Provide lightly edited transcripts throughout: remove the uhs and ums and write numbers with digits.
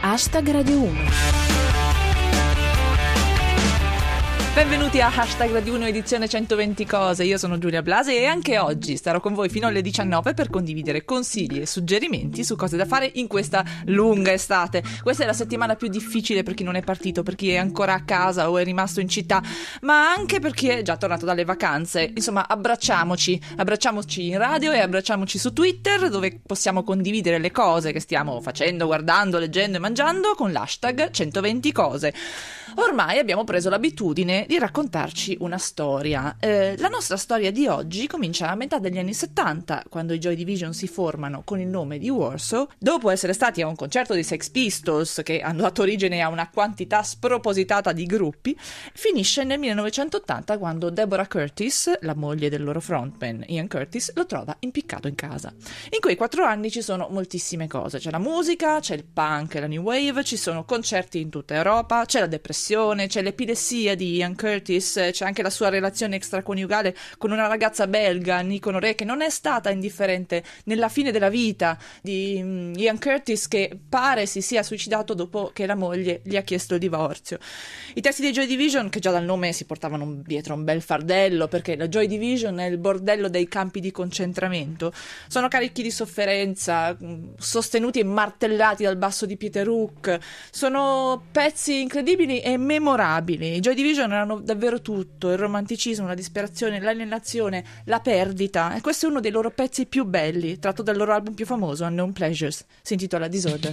Radio 1. Benvenuti a Hashtag Radio 1 edizione 120 cose, io sono Giulia Blasi e anche oggi starò con voi fino alle 19 per condividere consigli e suggerimenti su cose da fare in questa lunga estate. Questa è la settimana più difficile per chi non è partito, per chi è ancora a casa o è rimasto in città, ma anche per chi è già tornato dalle vacanze. Insomma, abbracciamoci in radio e abbracciamoci su Twitter, dove possiamo condividere le cose che stiamo facendo, guardando, leggendo e mangiando con l'hashtag 120 cose. Ormai abbiamo preso l'abitudine di raccontarci una storia. La nostra storia di oggi comincia a metà degli anni 70, quando i Joy Division si formano con il nome di Warsaw. Dopo essere stati a un concerto dei Sex Pistols, che hanno dato origine a una quantità spropositata di gruppi, finisce nel 1980 quando Deborah Curtis, la moglie del loro frontman Ian Curtis, lo trova impiccato in casa. In quei 4 anni ci sono moltissime cose. C'è la musica, c'è il punk e la new wave, ci sono concerti in tutta Europa, c'è la depressione, c'è l'epilessia di Ian Curtis, c'è anche la sua relazione extraconiugale con una ragazza belga, Nico Honoré, che non è stata indifferente nella fine della vita di Ian Curtis, che pare si sia suicidato dopo che la moglie gli ha chiesto il divorzio. I testi dei Joy Division, che già dal nome si portavano dietro un bel fardello, perché la Joy Division è il bordello dei campi di concentramento, sono carichi di sofferenza, sostenuti e martellati dal basso di Peter Hook, sono pezzi incredibili e memorabili. I Joy Division erano davvero tutto: il romanticismo, la disperazione, l'alienazione, la perdita, e questo è uno dei loro pezzi più belli, tratto dal loro album più famoso, Unknown Pleasures. Si intitola Disorder.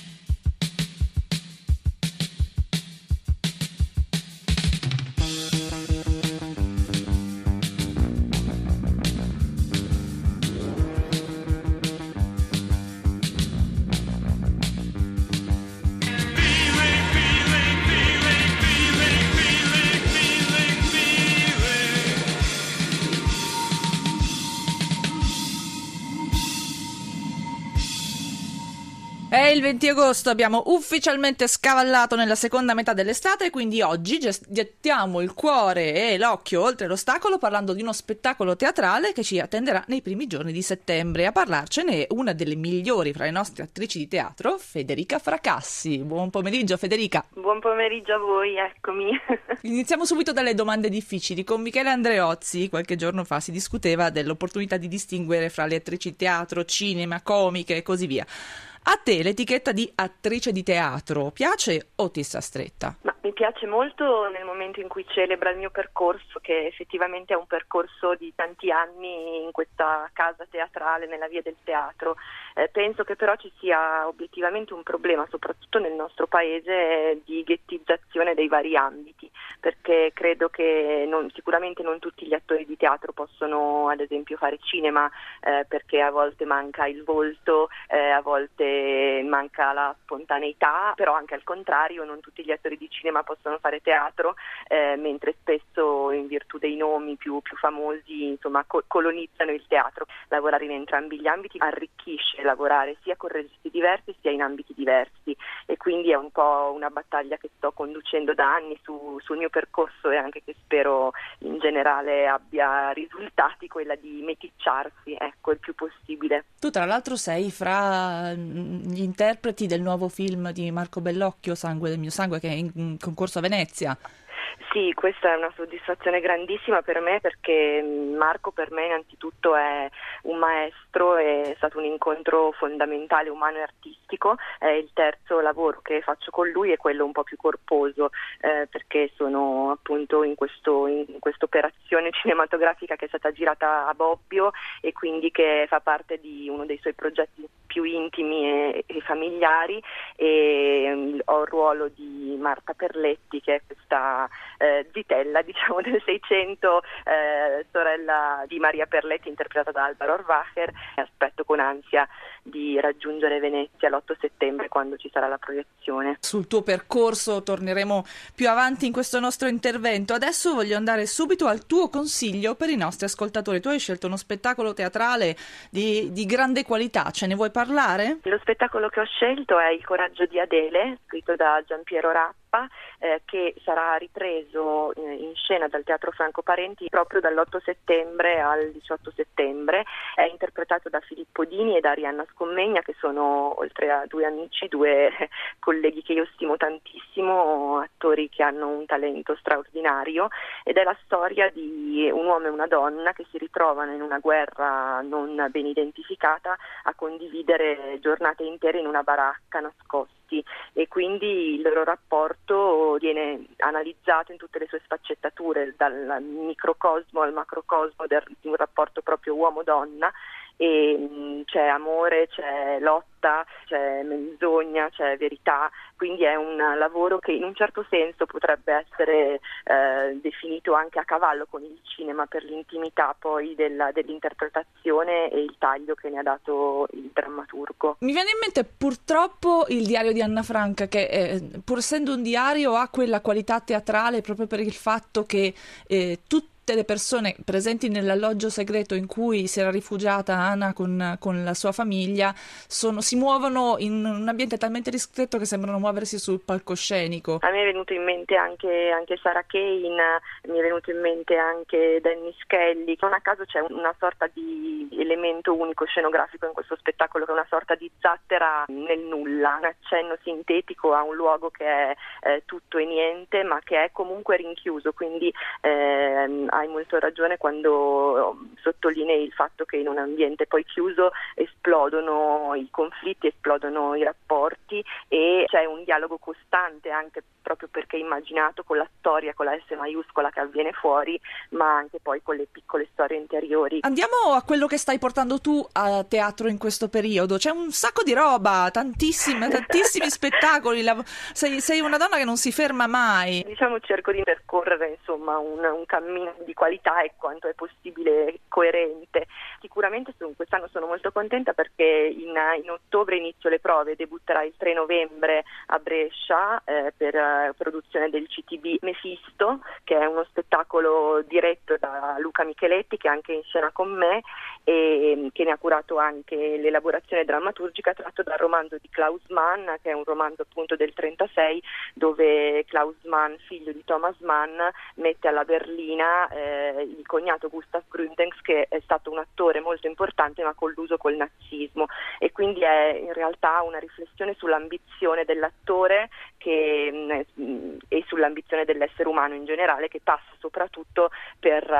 È il 20 agosto, abbiamo ufficialmente scavallato nella seconda metà dell'estate, quindi oggi gettiamo il cuore e l'occhio oltre l'ostacolo parlando di uno spettacolo teatrale che ci attenderà nei primi giorni di settembre. A parlarcene è una delle migliori fra le nostre attrici di teatro, Federica Fracassi. Buon pomeriggio, Federica. Buon pomeriggio a voi, eccomi. Iniziamo subito dalle domande difficili. Con Michele Andreozzi qualche giorno fa si discuteva dell'opportunità di distinguere fra le attrici di teatro, cinema, comiche e così via. A te l'etichetta di attrice di teatro piace o ti sta stretta? Ma mi piace molto nel momento in cui celebra il mio percorso, che effettivamente è un percorso di tanti anni in questa casa teatrale, nella via del teatro. Penso che però ci sia obiettivamente un problema, soprattutto nel nostro paese, di ghettizzazione dei vari ambiti, perché credo che sicuramente non tutti gli attori di teatro possono ad esempio fare cinema, perché a volte manca il volto, a volte manca la spontaneità, però anche al contrario non tutti gli attori di cinema possono fare teatro, mentre spesso in virtù dei nomi più famosi insomma colonizzano il teatro. Lavorare in entrambi gli ambiti arricchisce lavorare sia con registi diversi sia in ambiti diversi, e quindi è un po' una battaglia che sto conducendo da anni sul mio percorso, e anche che spero in generale abbia risultati, quella di meticciarsi, ecco, il più possibile. Tu tra l'altro sei fra gli interpreti del nuovo film di Marco Bellocchio, Sangue del mio sangue, che è in concorso a Venezia. Sì, questa è una soddisfazione grandissima per me, perché Marco per me innanzitutto è un maestro, è stato un incontro fondamentale umano e artistico. È il terzo lavoro che faccio con lui, e quello un po' più corposo, perché sono appunto in questa operazione cinematografica che è stata girata a Bobbio, e quindi che fa parte di uno dei suoi progetti più intimi e familiari, e ho il ruolo di Marta Perletti, che è questa zitella, diciamo, del Seicento, sorella di Maria Perletti, interpretata da Alba Rohrwacher, e aspetto con ansia di raggiungere Venezia l'8 settembre, quando ci sarà la proiezione. Sul tuo percorso torneremo più avanti in questo nostro intervento. Adesso voglio andare subito al tuo consiglio per i nostri ascoltatori. Tu hai scelto uno spettacolo teatrale di grande qualità, ce ne vuoi parlare? Lo spettacolo che ho scelto è Il coraggio di Adele, scritto da Giampiero Rappa, che sarà ripreso in scena dal Teatro Franco Parenti proprio dall'8 settembre al 18 settembre. È interpretato da Filippo Dini e da Arianna Scommegna, che sono, oltre a due amici, due colleghi che io stimo tantissimo, attori che hanno un talento straordinario, ed è la storia di un uomo e una donna che si ritrovano in una guerra non ben identificata a condividere giornate intere in una baracca nascosti, e quindi il loro rapporto viene analizzato in tutte le sue sfaccettature, dal microcosmo al macrocosmo di un rapporto proprio uomo-donna, e c'è amore, c'è lotta, c'è menzogna, c'è verità, quindi è un lavoro che in un certo senso potrebbe essere definito anche a cavallo con il cinema, per l'intimità poi dell'interpretazione e il taglio che ne ha dato il drammaturgo. Mi viene in mente purtroppo il diario di Anna Franca, che pur essendo un diario ha quella qualità teatrale proprio per il fatto che tutte le persone presenti nell'alloggio segreto in cui si era rifugiata Anna con la sua famiglia si muovono in un ambiente talmente ristretto che sembrano muoversi sul palcoscenico. A me è venuto in mente anche Sarah Kane, mi è venuto in mente anche Dennis Kelly. Non a caso c'è una sorta di elemento unico scenografico in questo spettacolo, che è una sorta di zattera nel nulla, un accenno sintetico a un luogo che è tutto e niente, ma che è comunque rinchiuso, quindi hai molto ragione quando sottolinei il fatto che in un ambiente poi chiuso esplodono i conflitti, esplodono i rapporti, e c'è un dialogo costante, anche proprio perché immaginato con la storia con la S maiuscola che avviene fuori, ma anche poi con le piccole storie interiori. Andiamo a quello che stai portando tu a teatro in questo periodo. C'è un sacco di roba, tantissimi spettacoli. Sei una donna che non si ferma mai. Diciamo, cerco di percorrere insomma un cammino di qualità e quanto è possibile coerente. Sicuramente quest'anno sono molto contenta perché in ottobre inizio le prove, debutterà il 3 novembre a Brescia per produzione del CTB Mefisto, che è uno spettacolo diretto da Luca Micheletti, che è anche in scena con me e che ne ha curato anche l'elaborazione drammaturgica, tratto dal romanzo di Klaus Mann, che è un romanzo appunto del 1936, dove Klaus Mann, figlio di Thomas Mann, mette alla berlina il cognato Gustav Gründgens, che è stato un attore molto importante ma colluso col nazismo, e quindi è in realtà una riflessione sull'ambizione dell'attore e sull'ambizione dell'essere umano in generale, che passa soprattutto per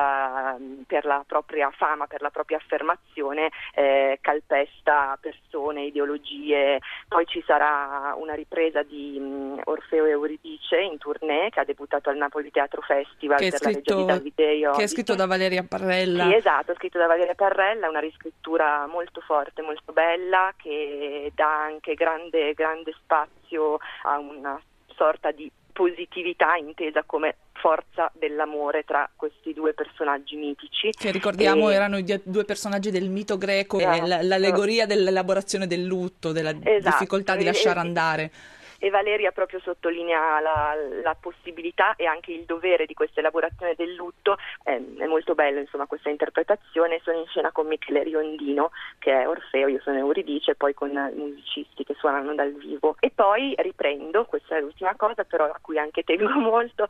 la propria fama, per la propria affermazione, calpesta persone, ideologie. Poi ci sarà una ripresa di Orfeo e Euridice in tournée, che ha debuttato al Napoli Teatro Festival per la regia di Davide Iovine, che è scritto da Valeria Parrella. Sì, esatto, scritto da Valeria Parrella, una riscrittura molto forte, molto bella, che dà anche grande spazio a una sorta di positività intesa come forza dell'amore tra questi due personaggi mitici. Che ricordiamo erano i due personaggi del mito greco, esatto. L'allegoria dell'elaborazione del lutto, della difficoltà di lasciare andare. E Valeria proprio sottolinea la possibilità e anche il dovere di questa elaborazione del lutto. È molto bello insomma questa interpretazione. Sono in scena con Michele Riondino, che è Orfeo, io sono Euridice, poi con musicisti che suonano dal vivo. E poi riprendo, questa è l'ultima cosa però a cui anche tengo molto,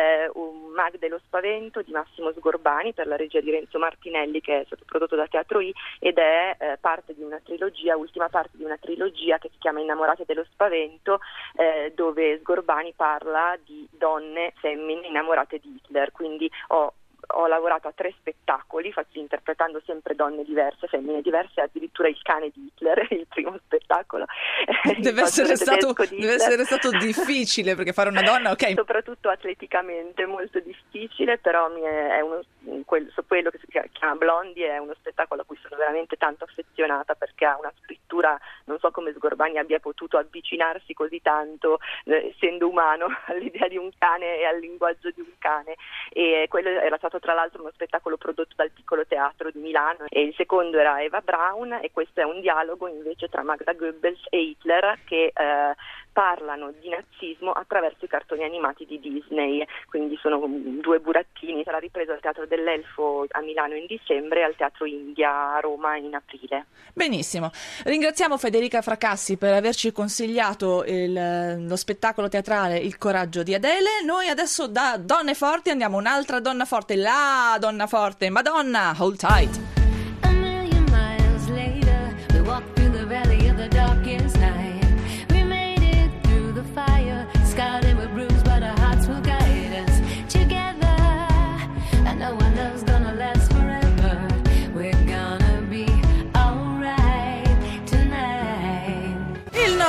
un Mag dello Spavento di Massimo Sgorbani per la regia di Renzo Martinelli, che è stato prodotto da Teatro I ed è parte di una trilogia, ultima parte di una trilogia che si chiama Innamorate dello Spavento, dove Sgorbani parla di donne, femmine innamorate di Hitler. Quindi ho lavorato a 3 spettacoli, interpretando sempre donne diverse, femmine diverse, addirittura il cane di Hitler, il primo spettacolo. Deve essere stato difficile, perché fare una donna, ok. Soprattutto atleticamente molto difficile, però quello che si chiama Blondie è uno spettacolo a cui sono veramente tanto affezionata, perché ha una scrittura, non so come Sgorbani abbia potuto avvicinarsi così tanto, essendo umano, all'idea di un cane e al linguaggio di un cane. E quello era stato tra l'altro uno spettacolo prodotto dal Piccolo Teatro di Milano, e il secondo era Eva Braun, e questo è un dialogo invece tra Magda Goebbels e Hitler, che parlano di nazismo attraverso i cartoni animati di Disney. Quindi sono 2 burattini. Sarà ripreso al Teatro dell'Elfo a Milano in dicembre e al Teatro India a Roma in aprile. Benissimo, ringraziamo Federica Fracassi per averci consigliato lo spettacolo teatrale Il coraggio di Adele. Noi adesso da donne forti andiamo a un'altra donna forte, la donna forte, Madonna, Hold Tight. A million miles later, we walk through the valley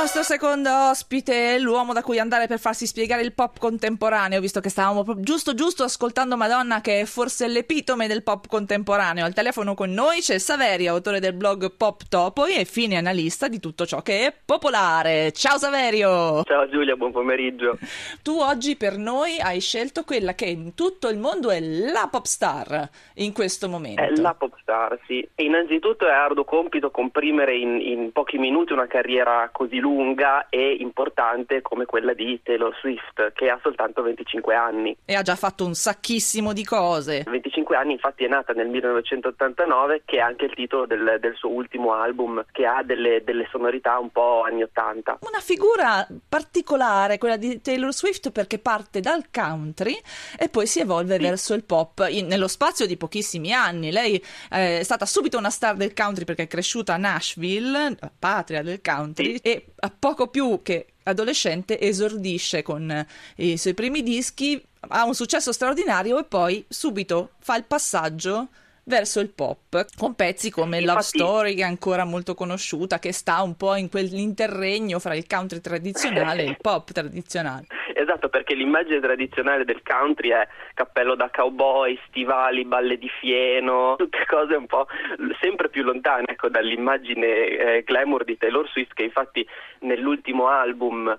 nostro secondo ospite è l'uomo da cui andare per farsi spiegare il pop contemporaneo, visto che stavamo giusto ascoltando Madonna, che è forse l'epitome del pop contemporaneo. Al telefono con noi c'è Saverio, autore del blog Pop Topoi e fine analista di tutto ciò che è popolare. Ciao Saverio! Ciao Giulia, buon pomeriggio. Tu oggi per noi hai scelto quella che in tutto il mondo è la pop star in questo momento. È la pop star, sì. E innanzitutto è arduo compito comprimere in pochi minuti una carriera così lunga e importante come quella di Taylor Swift, che ha soltanto 25 anni. E ha già fatto un sacchissimo di cose. 25 anni, infatti è nata nel 1989, che è anche il titolo del suo ultimo album, che ha delle sonorità un po' anni 80. Una figura particolare, quella di Taylor Swift, perché parte dal country e poi si evolve verso il pop nello spazio di pochissimi anni. Lei è stata subito una star del country perché è cresciuta a Nashville, la patria del country, e a poco più che adolescente esordisce con i suoi primi dischi, ha un successo straordinario e poi subito fa il passaggio verso il pop, con pezzi come Love Story, che è ancora molto conosciuta, che sta un po' in quell'interregno fra il country tradizionale e il pop tradizionale. Esatto, perché l'immagine tradizionale del country è cappello da cowboy, stivali, balle di fieno, tutte cose un po' sempre più lontane, ecco, dall'immagine glamour di Taylor Swift, che infatti nell'ultimo album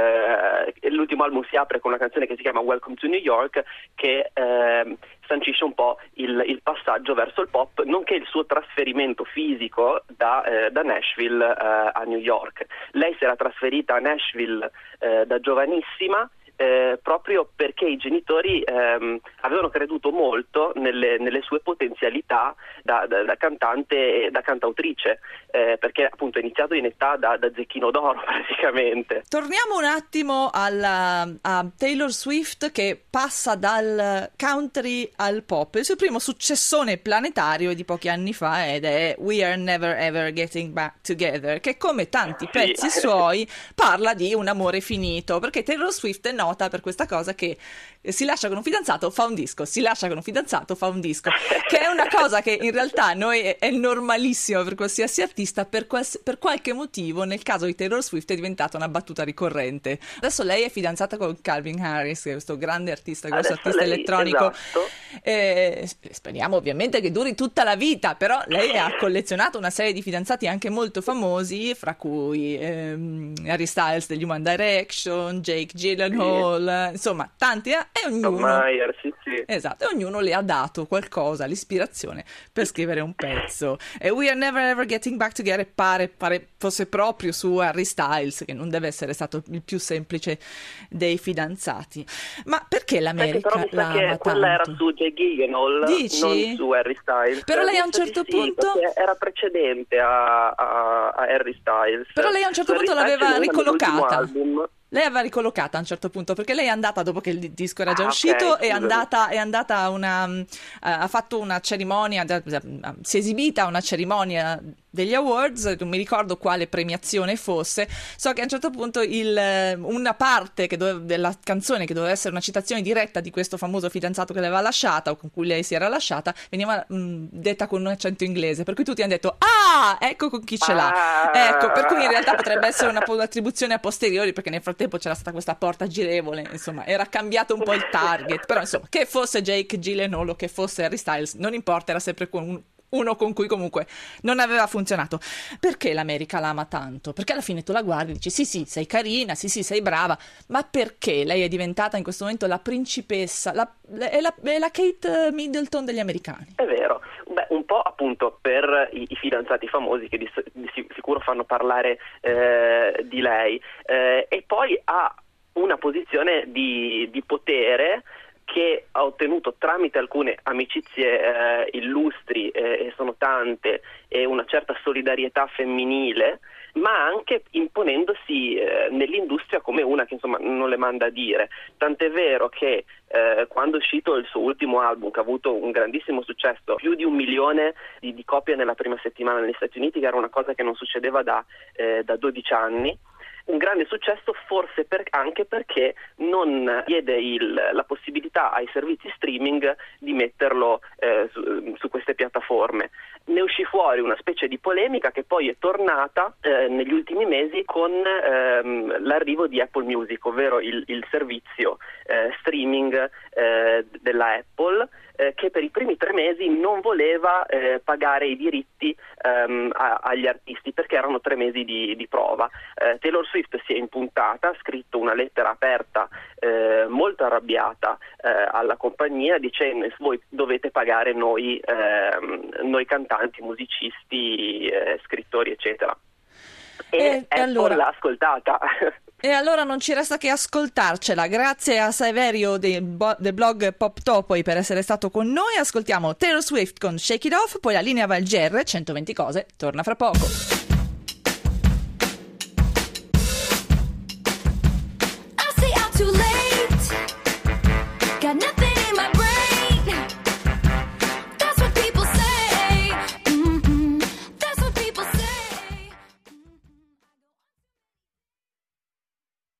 si apre con una canzone che si chiama Welcome to New York, che sancisce un po' il passaggio verso il pop, nonché il suo trasferimento fisico da Nashville a New York. Lei si era trasferita a Nashville da giovanissima, proprio perché i genitori avevano creduto molto nelle sue potenzialità da cantante e da cantautrice, perché appunto è iniziato in età da zecchino d'oro praticamente. Torniamo un attimo a Taylor Swift, che passa dal country al pop. Il suo primo successone planetario è di pochi anni fa ed è We Are Never Ever Getting Back Together, che come tanti pezzi suoi parla di un amore finito, perché Taylor Swift è nota per questa cosa che si lascia con un fidanzato, fa un disco, si lascia con un fidanzato, fa un disco, che è una cosa che in realtà è normalissima per qualsiasi artista, per qualche motivo nel caso di Taylor Swift è diventata una battuta ricorrente. Adesso lei è fidanzata con Calvin Harris, che è questo grande artista, grosso artista elettronico. Esatto. Speriamo ovviamente che duri tutta la vita, però lei ha collezionato una serie di fidanzati anche molto famosi, fra cui Harry Styles degli One Direction, Jake Gyllenhaal, insomma tanti, e ognuno Tom Mayer, sì. Esatto, e ognuno le ha dato qualcosa, l'ispirazione per scrivere un pezzo. E We Are Never Ever Getting Back Together pare fosse proprio su Harry Styles, che non deve essere stato il più semplice dei fidanzati. Ma perché l'America però mi sa che ama quella tanto? era su Jake Gyllenhaal, Dici? non su Harry Styles. Però lei a un certo punto era precedente a Harry Styles. Però lei a un certo Su punto Harry Styles l'aveva ricollocata. album. Lei aveva ricollocata a un certo punto, perché lei è andata dopo che il disco era già uscito, okay, è andata ha fatto una cerimonia, si è esibita a una cerimonia degli awards, non mi ricordo quale premiazione fosse. So che a un certo punto una parte della canzone, che doveva essere una citazione diretta di questo famoso fidanzato che l'aveva lasciata o con cui lei si era lasciata, veniva detta con un accento inglese, per cui tutti hanno detto ecco con chi ce l'ha. Ecco, per cui in realtà potrebbe essere un'attribuzione a posteriori, perché nel frattempo c'era stata questa porta girevole, insomma era cambiato un po' il target, però insomma che fosse Jake Gyllenhaal o che fosse Harry Styles non importa, era sempre uno con cui comunque non aveva funzionato. Perché l'America la ama tanto? Perché alla fine tu la guardi e dici sì, sei carina, sì, sei brava, ma perché lei è diventata in questo momento la principessa, è la Kate Middleton degli americani? È vero. Beh, un po' appunto per i fidanzati famosi che di sicuro fanno parlare di lei, e poi ha una posizione di potere che ha ottenuto tramite alcune amicizie illustri, e sono tante, e una certa solidarietà femminile, ma anche imponendosi nell'industria come una che insomma non le manda a dire. Tant'è vero che quando è uscito il suo ultimo album, che ha avuto un grandissimo successo, più di 1 milione di copie nella prima settimana negli Stati Uniti, che era una cosa che non succedeva da 12 anni, un grande successo forse anche perché non diede la possibilità ai servizi streaming di metterlo su queste piattaforme. ne uscì fuori una specie di polemica che poi è tornata negli ultimi mesi con l'arrivo di Apple Music, ovvero il servizio streaming della Apple, che per i primi 3 mesi non voleva pagare i diritti agli artisti, perché erano 3 mesi di prova. Taylor Swift si è impuntata, ha scritto una lettera aperta molto arrabbiata alla compagnia, dicendo: voi dovete pagare noi cantanti, musicisti, scrittori, eccetera. E Apple allora l'ha ascoltata. E allora non ci resta che ascoltarcela. Grazie a Saverio del blog Pop Topoi per essere stato con noi. Ascoltiamo Taylor Swift con Shake It Off, poi la linea va al GR 120 cose, torna fra poco.